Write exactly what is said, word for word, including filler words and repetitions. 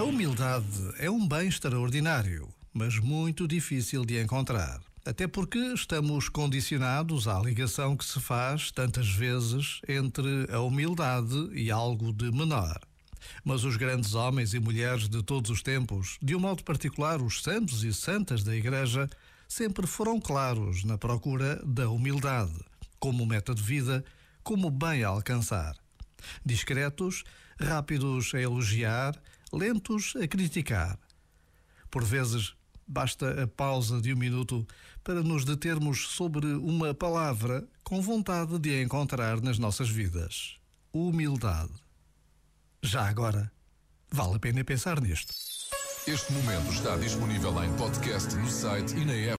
humildade é um bem extraordinário, mas muito difícil de encontrar. Até porque estamos condicionados à ligação que se faz tantas vezes entre a humildade e algo de menor. Mas os grandes homens e mulheres de todos os tempos, de um modo particular os santos e santas da Igreja, sempre foram claros na procura da humildade, como meta de vida, como bem a alcançar. Discretos, rápidos a elogiar, lentos a criticar. Por vezes, basta a pausa de um minuto para nos determos sobre uma palavra com vontade de a encontrar nas nossas vidas. Humildade. Já agora, vale a pena pensar nisto. Este momento está disponível em podcast no site e na app.